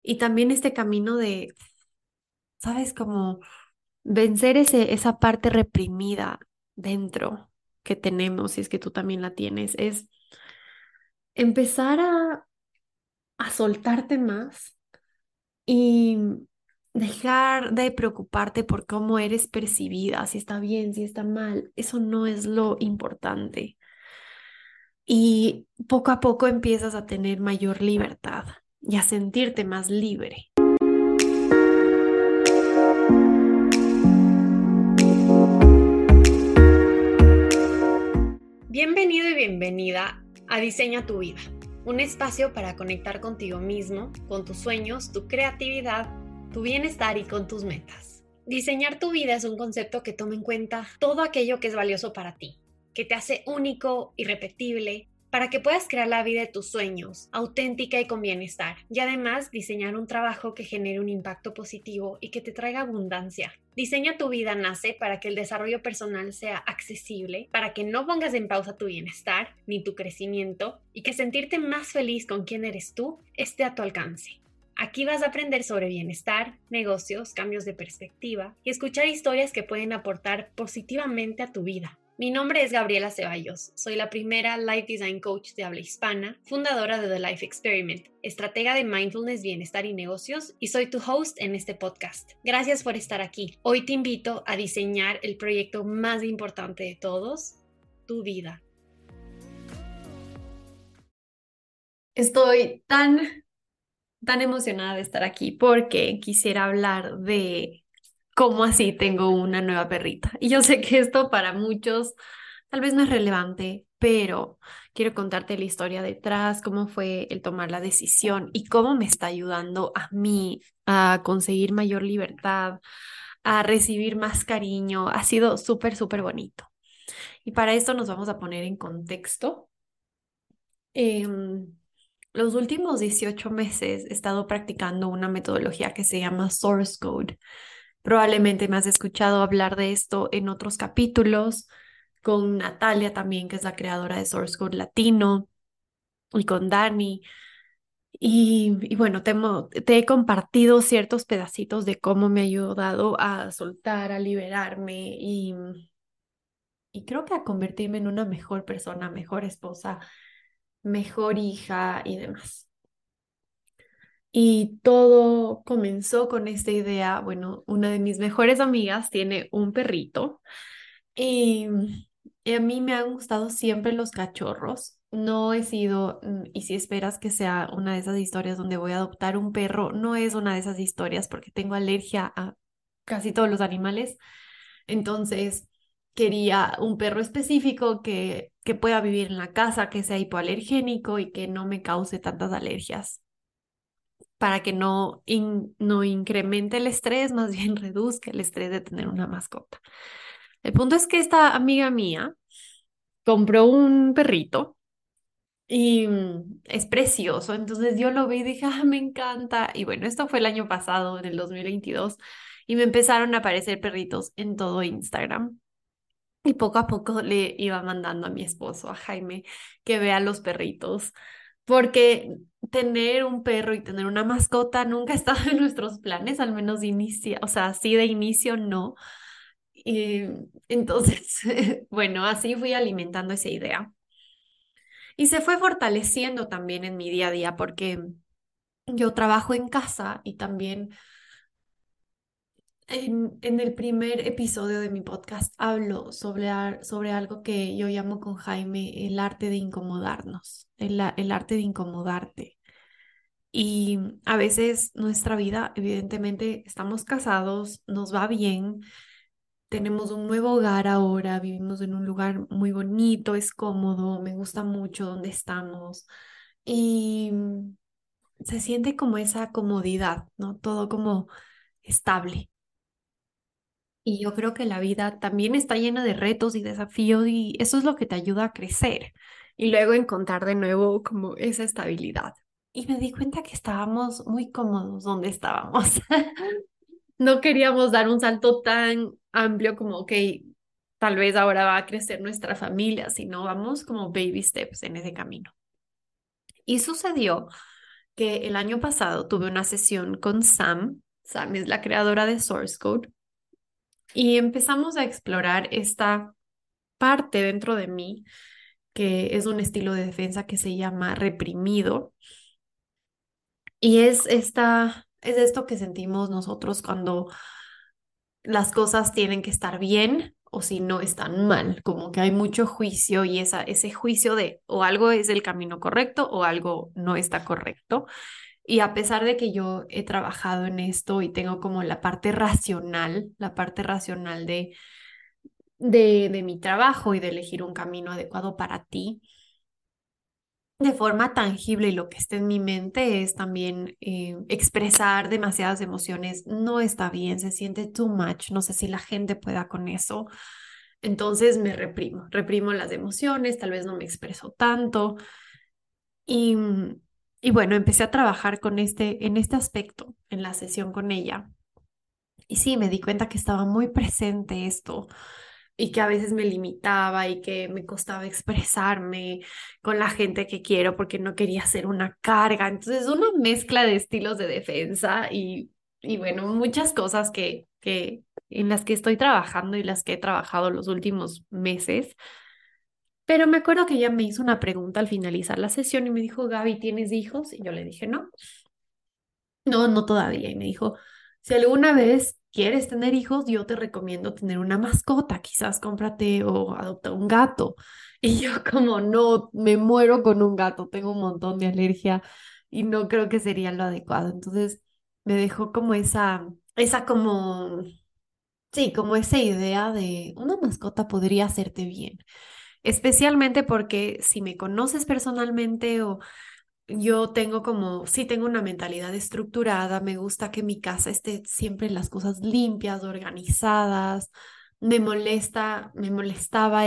Y también este camino de, ¿sabes? Como vencer esa parte reprimida dentro que tenemos, si es que tú también la tienes, es empezar a soltarte más y dejar de preocuparte por cómo eres percibida, si está bien, si está mal. Eso no es lo importante. Y poco a poco empiezas a tener mayor libertad y a sentirte más libre. Bienvenido y bienvenida a Diseña tu vida, un espacio para conectar contigo mismo, con tus sueños, tu creatividad, tu bienestar y con tus metas. Diseñar tu vida es un concepto que toma en cuenta todo aquello que es valioso para ti, que te hace único, irrepetible, para que puedas crear la vida de tus sueños, auténtica y con bienestar, y además diseñar un trabajo que genere un impacto positivo y que te traiga abundancia. Diseña tu vida nace para que el desarrollo personal sea accesible, para que no pongas en pausa tu bienestar ni tu crecimiento y que sentirte más feliz con quién eres tú esté a tu alcance. Aquí vas a aprender sobre bienestar, negocios, cambios de perspectiva y escuchar historias que pueden aportar positivamente a tu vida. Mi nombre es Gabriela Ceballos, soy la primera Life Design Coach de habla hispana, fundadora de The Life Experiment, estratega de mindfulness, bienestar y negocios, y soy tu host en este podcast. Gracias por estar aquí. Hoy te invito a diseñar el proyecto más importante de todos, tu vida. Estoy tan emocionada de estar aquí porque quisiera hablar de cómo así tengo una nueva perrita. Y yo sé que esto para muchos tal vez no es relevante, pero quiero contarte la historia detrás, cómo fue el tomar la decisión y cómo me está ayudando a mí a conseguir mayor libertad, a recibir más cariño. Ha sido súper bonito. Y para esto nos vamos a poner en contexto. Em, los últimos 18 meses he estado practicando una metodología que se llama Source Code. Probablemente me has escuchado hablar de esto en otros capítulos, con Natalia también, que es la creadora de Source Code Latino, y con Dani. Y bueno, te he compartido ciertos pedacitos de cómo me ha ayudado a soltar, a liberarme y creo que a convertirme en una mejor persona, mejor esposa, mejor hija y demás. Y todo comenzó con esta idea. Bueno, una de mis mejores amigas tiene un perrito y, y a mí me han gustado siempre los cachorros. No he sido, y si esperas que sea una de esas historias donde voy a adoptar un perro, no es una de esas historias porque tengo alergia a casi todos los animales. Entonces, quería un perro específico que pueda vivir en la casa, que sea hipoalergénico y que no me cause tantas alergias para que no incremente el estrés, más bien reduzca el estrés de tener una mascota. El punto es que esta amiga mía compró un perrito y es precioso, entonces yo lo vi y dije, ah, me encanta. Y bueno, esto fue el año pasado, en el 2022, y me empezaron a aparecer perritos en todo Instagram. Y poco a poco le iba mandando a mi esposo, a Jaime, que vea los perritos, porque tener un perro y tener una mascota nunca ha estado en nuestros planes, al menos de inicio, o sea, así de inicio no. Y entonces, bueno, así fui alimentando esa idea. Y se fue fortaleciendo también en mi día a día, porque yo trabajo en casa y también en el primer episodio de mi podcast hablo sobre algo que yo llamo con Jaime el arte de incomodarnos, el arte de incomodarte. Y a veces nuestra vida, evidentemente, estamos casados, nos va bien, tenemos un nuevo hogar ahora, vivimos en un lugar muy bonito, es cómodo, me gusta mucho donde estamos y se siente como esa comodidad, ¿no? Todo como estable. Y yo creo que la vida también está llena de retos y desafíos y eso es lo que te ayuda a crecer y luego encontrar de nuevo como esa estabilidad. Y me di cuenta que estábamos muy cómodos donde estábamos. No queríamos dar un salto tan amplio como, ok, tal vez ahora va a crecer nuestra familia, sino vamos como baby steps en ese camino. Y sucedió que el año pasado tuve una sesión con Sam. Sam es la creadora de Source Code y empezamos a explorar esta parte dentro de mí que es un estilo de defensa que se llama reprimido y es esto que sentimos nosotros cuando las cosas tienen que estar bien o si no están mal, como que hay mucho juicio y ese juicio de o algo es el camino correcto o algo no está correcto. Y a pesar de que yo he trabajado en esto y tengo como la parte racional de mi trabajo y de elegir un camino adecuado para ti, de forma tangible y lo que esté en mi mente es también expresar demasiadas emociones. No está bien, se siente too much. No sé si la gente pueda con eso. Entonces me reprimo las emociones, tal vez no me expreso tanto. Y, y bueno, empecé a trabajar en este aspecto en la sesión con ella. Y sí, me di cuenta que estaba muy presente esto y que a veces me limitaba y que me costaba expresarme con la gente que quiero porque no quería ser una carga. Entonces, una mezcla de estilos de defensa y bueno, muchas cosas que en las que estoy trabajando y las que he trabajado los últimos meses. Pero me acuerdo que ella me hizo una pregunta al finalizar la sesión y me dijo, Gaby, ¿tienes hijos? Y yo le dije, no. No, no todavía. Y me dijo, si alguna vez quieres tener hijos, yo te recomiendo tener una mascota, quizás cómprate o adopta un gato. Y yo como, no, me muero con un gato, tengo un montón de alergia y no creo que sería lo adecuado. Entonces me dejó como esa como, sí, como esa idea de una mascota podría hacerte bien, especialmente porque si me conoces personalmente o yo tengo como, sí tengo una mentalidad estructurada, me gusta que mi casa esté siempre las cosas limpias, organizadas, me molestaba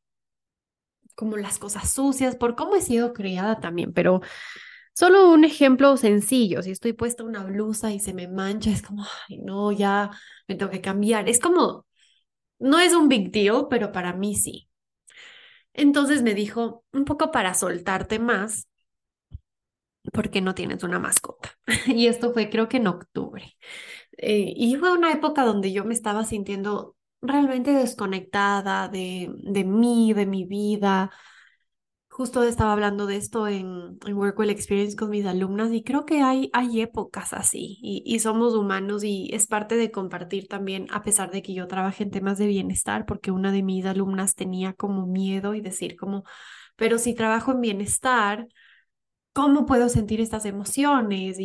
como las cosas sucias, por cómo he sido criada también, pero solo un ejemplo sencillo, si estoy puesta una blusa y se me mancha, es como, ay, no, ya me tengo que cambiar, es como, no es un big deal, pero para mí sí. Entonces me dijo, un poco para soltarte más, ¿por qué no tienes una mascota? Y esto fue creo que en octubre. Y fue una época donde yo me estaba sintiendo realmente desconectada de mí, de mi vida. Justo estaba hablando de esto en Workwell Experience con mis alumnas y creo que hay épocas así y somos humanos y es parte de compartir también, a pesar de que yo trabajé en temas de bienestar, porque una de mis alumnas tenía como miedo y decir como, pero si trabajo en bienestar, ¿cómo puedo sentir estas emociones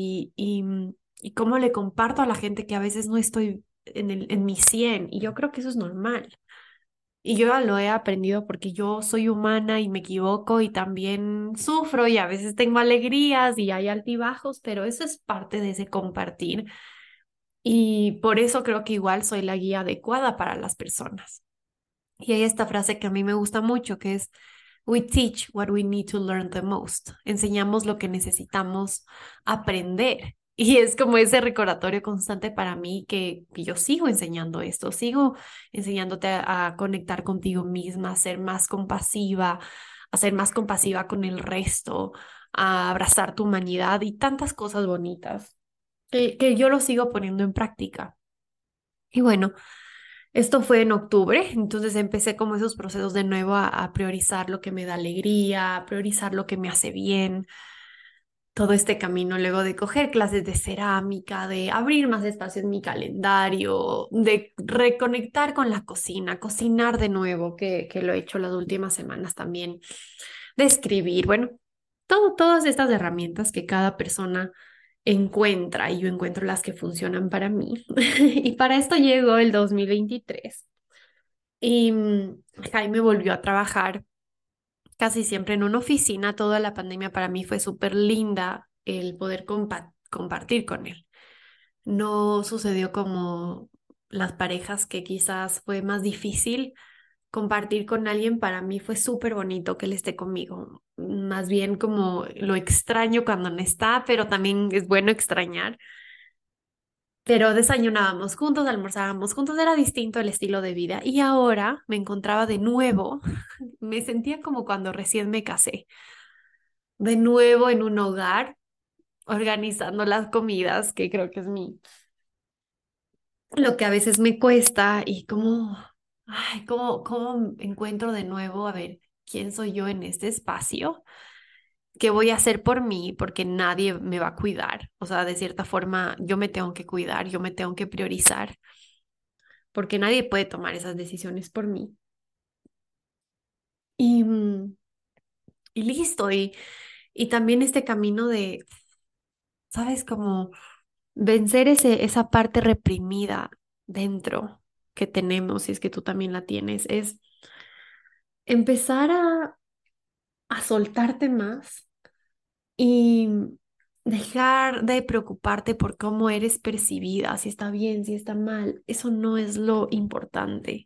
y cómo le comparto a la gente que a veces no estoy en mi 100? Y yo creo que eso es normal. Y yo ya lo he aprendido porque yo soy humana y me equivoco y también sufro y a veces tengo alegrías y hay altibajos, pero eso es parte de ese compartir. Y por eso creo que igual soy la guía adecuada para las personas. Y hay esta frase que a mí me gusta mucho, que es, We teach what we need to learn the most. Enseñamos lo que necesitamos aprender. Y es como ese recordatorio constante para mí que yo sigo enseñando esto, sigo enseñándote a conectar contigo misma, a ser más compasiva con el resto, a abrazar tu humanidad y tantas cosas bonitas que yo lo sigo poniendo en práctica. Y bueno. Esto fue en octubre, entonces empecé como esos procesos de nuevo a priorizar lo que me da alegría, a priorizar lo que me hace bien, todo este camino luego de coger clases de cerámica, de abrir más espacio en mi calendario, de reconectar con la cocina, cocinar de nuevo, que lo he hecho las últimas semanas también, de escribir, bueno, todas estas herramientas que cada persona encuentra y yo encuentro las que funcionan para mí. Y para esto llegó el 2023 y Jaime volvió a trabajar casi siempre en una oficina. Toda la pandemia para mí fue súper linda el poder compartir con él. No sucedió como las parejas que quizás fue más difícil compartir con alguien. Para mí fue súper bonito que él esté conmigo. Más bien como lo extraño cuando no está, pero también es bueno extrañar. Pero desayunábamos juntos, almorzábamos juntos, era distinto el estilo de vida. Y ahora me encontraba de nuevo, me sentía como cuando recién me casé, de nuevo en un hogar organizando las comidas, que creo que es lo que a veces me cuesta y cómo encuentro de nuevo, a ver, quién soy yo en este espacio, qué voy a hacer por mí, porque nadie me va a cuidar. O sea, de cierta forma, yo me tengo que cuidar, yo me tengo que priorizar, porque nadie puede tomar esas decisiones por mí. Y, y listo, y también este camino de, ¿sabes? Como vencer esa parte reprimida dentro que tenemos, si es que tú también la tienes, es empezar a soltarte más y dejar de preocuparte por cómo eres percibida, si está bien, si está mal. Eso no es lo importante.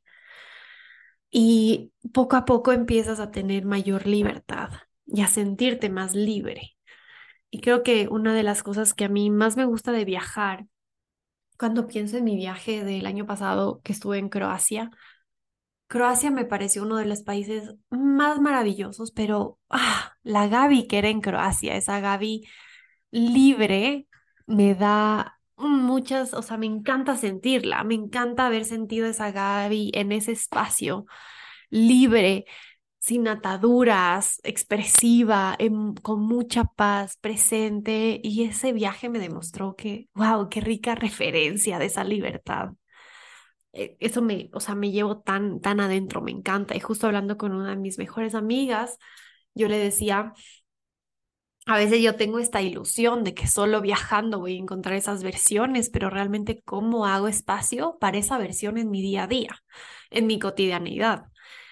Y poco a poco empiezas a tener mayor libertad y a sentirte más libre. Y creo que una de las cosas que a mí más me gusta de viajar, cuando pienso en mi viaje del año pasado que estuve en Croacia, Croacia me pareció uno de los países más maravillosos, pero la Gaby que era en Croacia, esa Gaby libre, me da muchas, o sea, me encanta sentirla, me encanta haber sentido esa Gaby en ese espacio libre, sin ataduras, expresiva, con mucha paz, presente, y ese viaje me demostró que, wow, qué rica referencia de esa libertad. Eso o sea, me llevo tan adentro, me encanta. Y justo hablando con una de mis mejores amigas, yo le decía, a veces yo tengo esta ilusión de que solo viajando voy a encontrar esas versiones, pero realmente ¿cómo hago espacio para esa versión en mi día a día, en mi cotidianidad,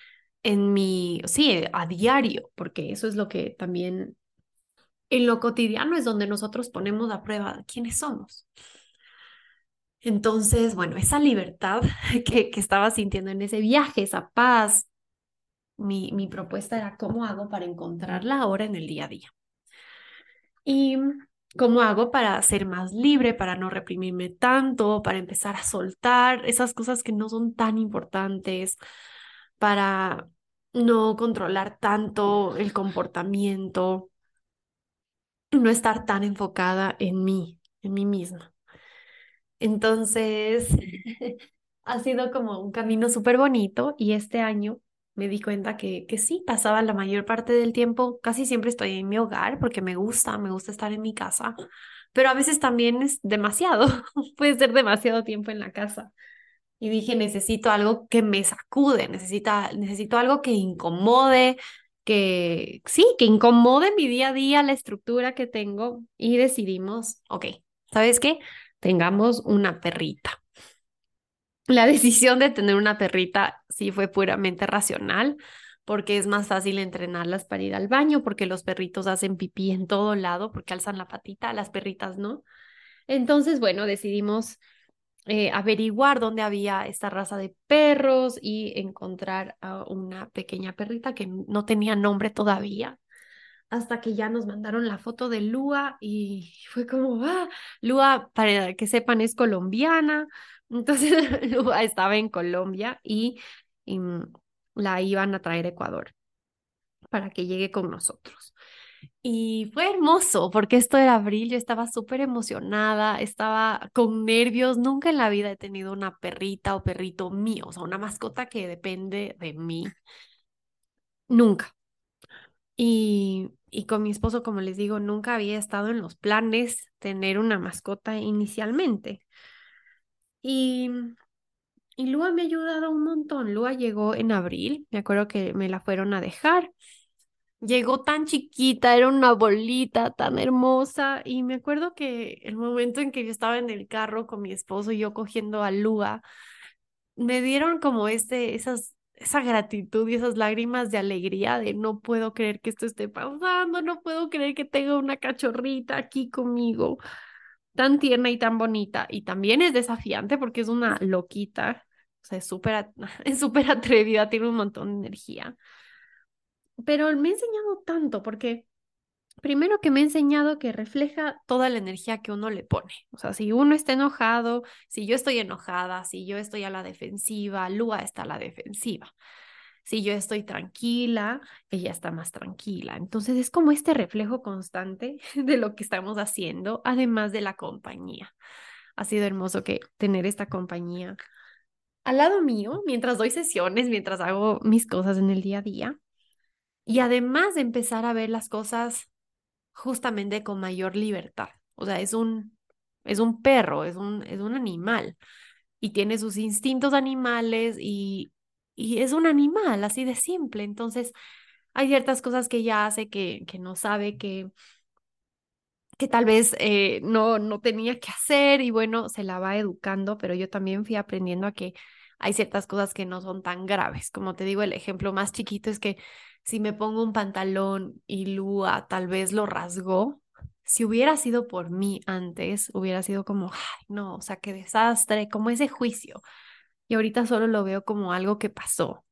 sí, a diario? Porque eso es lo que también en lo cotidiano es donde nosotros ponemos a prueba quiénes somos. Entonces, bueno, esa libertad que estaba sintiendo en ese viaje, esa paz, mi propuesta era cómo hago para encontrarla ahora en el día a día. Y cómo hago para ser más libre, para no reprimirme tanto, para empezar a soltar esas cosas que no son tan importantes, para no controlar tanto el comportamiento, no estar tan enfocada en mí misma. Entonces, ha sido como un camino súper bonito y este año me di cuenta que sí, pasaba la mayor parte del tiempo, casi siempre estoy en mi hogar porque me gusta estar en mi casa, pero a veces también es demasiado, puede ser demasiado tiempo en la casa. Y dije, necesito algo que me sacude, necesito algo que incomode, que sí, que incomode mi día a día, la estructura que tengo. Y decidimos, ok, ¿sabes qué? Tengamos una perrita. La decisión de tener una perrita sí fue puramente racional, porque es más fácil entrenarlas para ir al baño, porque los perritos hacen pipí en todo lado, porque alzan la patita, las perritas no. Entonces, bueno, decidimos averiguar dónde había esta raza de perros y encontrar a una pequeña perrita que no tenía nombre todavía, hasta que ya nos mandaron la foto de Lua y fue como, Lua, para que sepan, es colombiana. Entonces, Lua estaba en Colombia y la iban a traer a Ecuador para que llegue con nosotros. Y fue hermoso porque esto era abril, yo estaba súper emocionada, estaba con nervios. Nunca en la vida he tenido una perrita o perrito mío, o sea, una mascota que depende de mí. Nunca. Y con mi esposo, como les digo, nunca había estado en los planes tener una mascota inicialmente. Y, y Lua me ha ayudado un montón. Lua llegó en abril, me acuerdo que me la fueron a dejar. Llegó tan chiquita, era una bolita tan hermosa y me acuerdo que el momento en que yo estaba en el carro con mi esposo y yo cogiendo a Lua, me dieron como esa gratitud y esas lágrimas de alegría de no puedo creer que esto esté pasando, no puedo creer que tenga una cachorrita aquí conmigo, tan tierna y tan bonita. Y también es desafiante porque es una loquita, o sea, es súper atrevida, tiene un montón de energía. Pero me ha enseñado tanto porque primero que me ha enseñado que refleja toda la energía que uno le pone. O sea, si uno está enojado, si yo estoy enojada, si yo estoy a la defensiva, Lua está a la defensiva. Si yo estoy tranquila, ella está más tranquila. Entonces es como este reflejo constante de lo que estamos haciendo, además de la compañía. Ha sido hermoso que tener esta compañía al lado mío mientras doy sesiones, mientras hago mis cosas en el día a día. Y además de empezar a ver las cosas justamente con mayor libertad. O sea, es un perro, es un animal y tiene sus instintos animales y es un animal, así de simple. Entonces, hay ciertas cosas que ella hace que no sabe que tal vez no tenía que hacer y bueno, se la va educando, pero yo también fui aprendiendo a que hay ciertas cosas que no son tan graves. Como te digo, el ejemplo más chiquito es que si me pongo un pantalón y Lua tal vez lo rasgó, si hubiera sido por mí antes, hubiera sido como, ay, no, o sea, qué desastre, como ese juicio. Y ahorita solo lo veo como algo que pasó,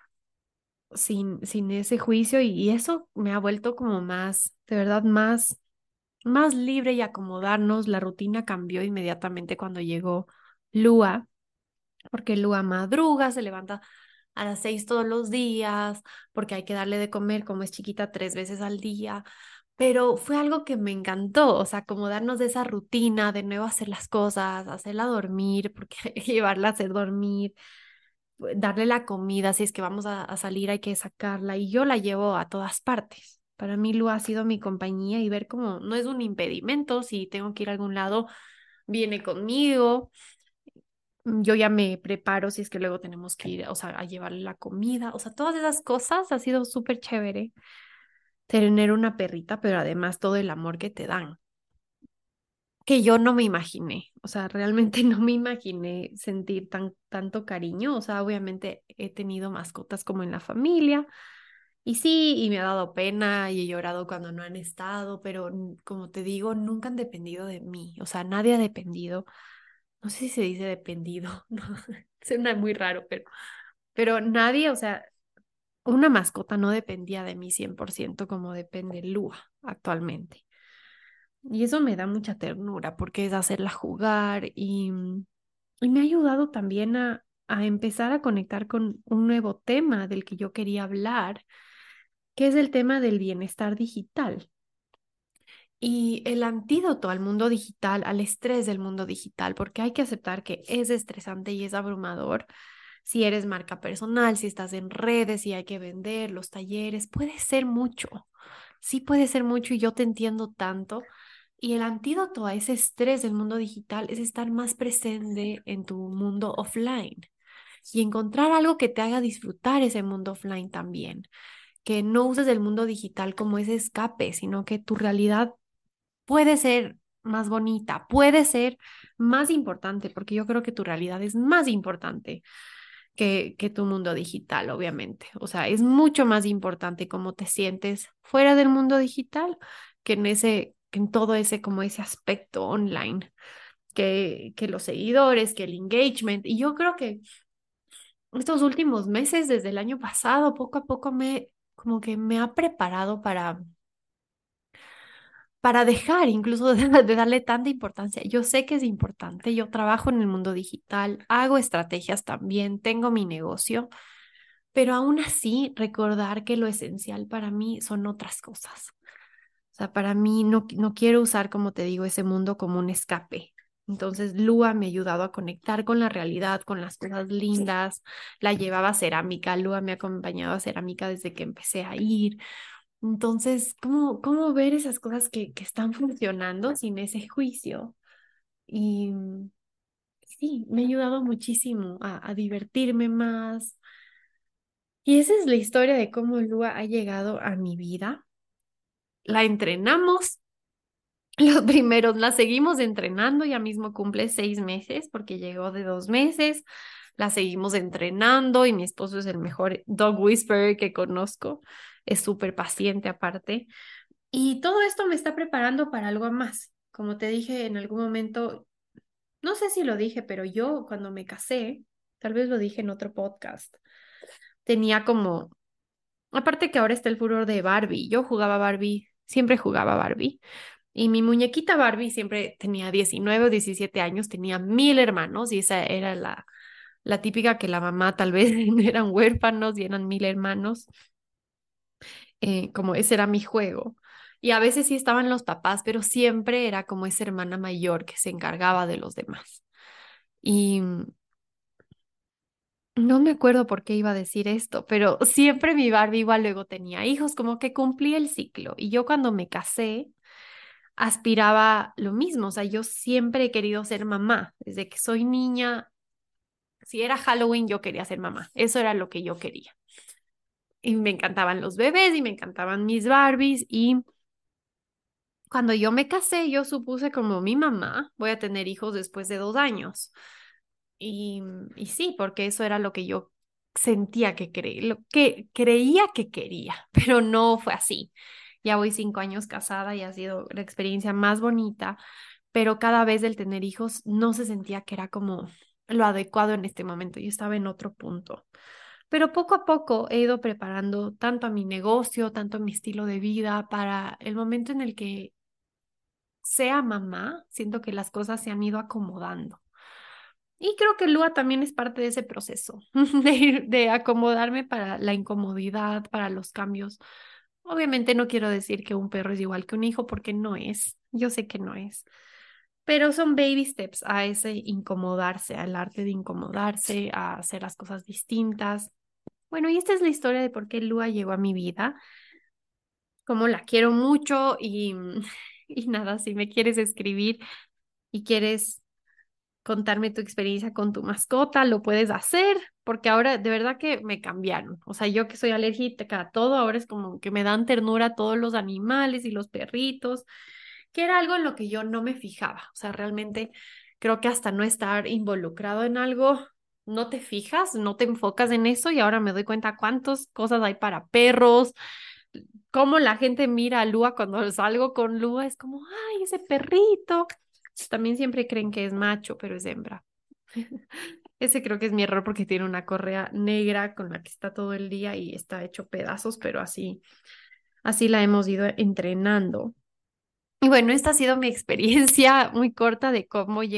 sin ese juicio y eso me ha vuelto como más, de verdad, más libre y acomodarnos. La rutina cambió inmediatamente cuando llegó Lua, porque Lua madruga, se levanta a las 6 todos los días, porque hay que darle de comer, como es chiquita, 3 veces al día. Pero fue algo que me encantó, o sea, acomodarnos de esa rutina, de nuevo hacer las cosas, hacerla dormir, porque hay que llevarla a hacer dormir, darle la comida, si es que vamos a salir hay que sacarla y yo la llevo a todas partes. Para mí Lu ha sido mi compañía y ver cómo no es un impedimento, si tengo que ir a algún lado, viene conmigo, yo ya me preparo si es que luego tenemos que ir, o sea, a llevarle la comida, o sea, todas esas cosas ha sido súper chévere tener una perrita, pero además todo el amor que te dan, que yo no me imaginé, o sea, realmente no me imaginé sentir tanto cariño, o sea, obviamente he tenido mascotas como en la familia y sí, y me ha dado pena y he llorado cuando no han estado, pero como te digo, nunca han dependido de mí, o sea, nadie ha dependido, no sé si se dice dependido, no, suena muy raro, pero nadie, o sea, una mascota no dependía de mí 100% como depende Lua actualmente. Y eso me da mucha ternura porque es hacerla jugar y me ha ayudado también a empezar a conectar con un nuevo tema del que yo quería hablar, que es el tema del bienestar digital. Y el antídoto al mundo digital, al estrés del mundo digital, porque hay que aceptar que es estresante y es abrumador. Si eres marca personal, si estás en redes, si hay que vender, los talleres, puede ser mucho. Sí puede ser mucho y yo te entiendo tanto. Y el antídoto a ese estrés del mundo digital es estar más presente en tu mundo offline y encontrar algo que te haga disfrutar ese mundo offline también. Que no uses el mundo digital como ese escape, sino que tu realidad puede ser más bonita, puede ser más importante, porque yo creo que tu realidad es más importante que tu mundo digital, obviamente. O sea, es mucho más importante cómo te sientes fuera del mundo digital que en todo ese, como ese aspecto online, que los seguidores, que el engagement. Y yo creo que estos últimos meses, desde el año pasado, poco a poco como que me ha preparado para dejar incluso de darle tanta importancia. Yo sé que es importante, yo trabajo en el mundo digital, hago estrategias también, tengo mi negocio, pero aún así recordar que lo esencial para mí son otras cosas. O sea, para mí no quiero usar, como te digo, ese mundo como un escape. Entonces, Lua me ha ayudado a conectar con la realidad, con las cosas lindas. La llevaba a cerámica, Lua me ha acompañado a cerámica desde que empecé a ir. Entonces, ¿cómo ver esas cosas que están funcionando sin ese juicio? Y sí, me ha ayudado muchísimo a divertirme más. Y esa es la historia de cómo Lua ha llegado a mi vida. La entrenamos los primeros, la seguimos entrenando, ya mismo cumple 6 meses porque llegó de 2 meses. La seguimos entrenando y mi esposo es el mejor dog whisperer que conozco. Es súper paciente aparte. Y todo esto me está preparando para algo más. Como te dije en algún momento, no sé si lo dije, pero yo cuando me casé, tal vez lo dije en otro podcast, tenía como, aparte que ahora está el furor de Barbie, yo jugaba Barbie, siempre jugaba Barbie. Y mi muñequita Barbie siempre tenía 19 o 17 años, tenía 1000 hermanos y esa era la típica que la mamá tal vez eran huérfanos y eran 1000 hermanos, como ese era mi juego. Y a veces sí estaban los papás, pero siempre era como esa hermana mayor que se encargaba de los demás. Y no me acuerdo por qué iba a decir esto, pero siempre mi Barbie igual luego tenía hijos, como que cumplía el ciclo. Y yo cuando me casé, aspiraba lo mismo, o sea, yo siempre he querido ser mamá, desde que soy niña, si era Halloween, yo quería ser mamá, eso era lo que yo quería. Y me encantaban los bebés y me encantaban mis Barbies y cuando yo me casé, yo supuse como mi mamá, voy a tener hijos después de 2 años. Y, y sí, porque eso era lo que yo sentía que lo que creía que quería, pero no fue así. Ya voy 5 años casada y ha sido la experiencia más bonita, pero cada vez el tener hijos no se sentía que era como lo adecuado en este momento. Yo estaba en otro punto. Pero poco a poco he ido preparando tanto a mi negocio, tanto a mi estilo de vida para el momento en el que sea mamá, siento que las cosas se han ido acomodando. Y creo que Lua también es parte de ese proceso, de acomodarme para la incomodidad, para los cambios. Obviamente no quiero decir que un perro es igual que un hijo, porque no es. Yo sé que no es. Pero son baby steps a ese incomodarse, al arte de incomodarse, a hacer las cosas distintas. Bueno, y esta es la historia de por qué Lua llegó a mi vida, cómo la quiero mucho y, y nada, si me quieres escribir y quieres contarme tu experiencia con tu mascota, lo puedes hacer, porque ahora de verdad que me cambiaron. O sea, yo que soy alérgica a todo, ahora es como que me dan ternura todos los animales y los perritos, que era algo en lo que yo no me fijaba. O sea, realmente creo que hasta no estar involucrado en algo, no te fijas, no te enfocas en eso y ahora me doy cuenta cuántas cosas hay para perros, cómo la gente mira a Lua cuando salgo con Lua, es como, ay, ese perrito. También siempre creen que es macho, pero es hembra. Ese creo que es mi error porque tiene una correa negra con la que está todo el día y está hecho pedazos, pero así la hemos ido entrenando. Y bueno, esta ha sido mi experiencia muy corta de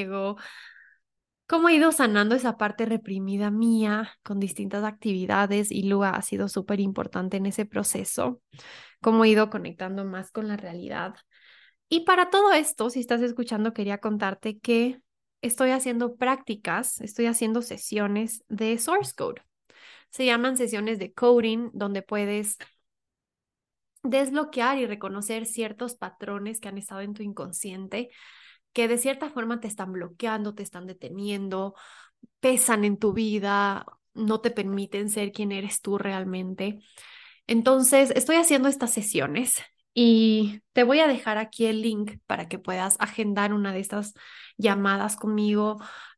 cómo he ido sanando esa parte reprimida mía con distintas actividades y Lua ha sido súper importante en ese proceso, cómo he ido conectando más con la realidad. Y para todo esto, si estás escuchando, quería contarte que estoy haciendo prácticas, estoy haciendo sesiones de source code. Se llaman sesiones de coding, donde puedes desbloquear y reconocer ciertos patrones que han estado en tu inconsciente, que de cierta forma te están bloqueando, te están deteniendo, pesan en tu vida, no te permiten ser quien eres tú realmente. Entonces, estoy haciendo estas sesiones y te voy a dejar aquí el link para que puedas agendar una de estas llamadas conmigo.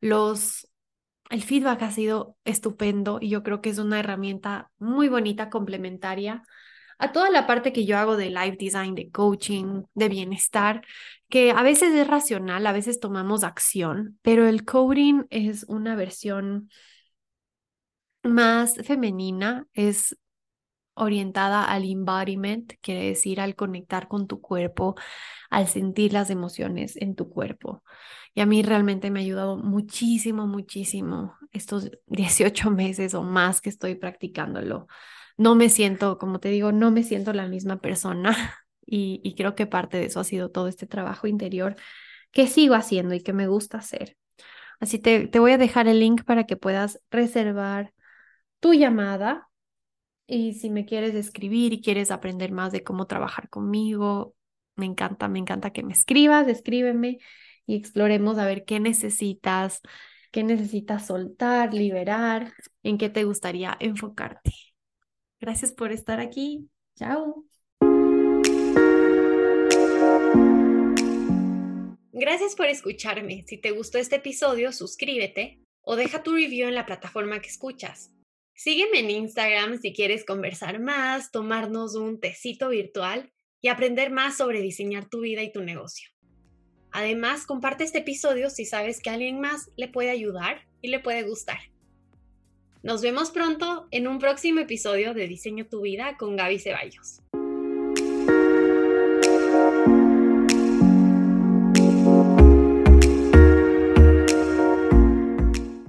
El feedback ha sido estupendo y yo creo que es una herramienta muy bonita, complementaria a toda la parte que yo hago de life design, de coaching, de bienestar, que a veces es racional, a veces tomamos acción, pero el coding es una versión más femenina, es orientada al embodiment, quiere decir al conectar con tu cuerpo, al sentir las emociones en tu cuerpo. Y a mí realmente me ha ayudado muchísimo, muchísimo estos 18 meses o más que estoy practicándolo. No me siento, como te digo, no me siento la misma persona y creo que parte de eso ha sido todo este trabajo interior que sigo haciendo y que me gusta hacer. Así te voy a dejar el link para que puedas reservar tu llamada y si me quieres escribir y quieres aprender más de cómo trabajar conmigo, me encanta que me escribas, escríbeme y exploremos a ver qué necesitas soltar, liberar, en qué te gustaría enfocarte. Gracias por estar aquí. Chao. Gracias por escucharme. Si te gustó este episodio, suscríbete o deja tu review en la plataforma que escuchas. Sígueme en Instagram si quieres conversar más, tomarnos un tecito virtual y aprender más sobre diseñar tu vida y tu negocio. Además, comparte este episodio si sabes que a alguien más le puede ayudar y le puede gustar. Nos vemos pronto en un próximo episodio de Diseño tu vida con Gaby Ceballos.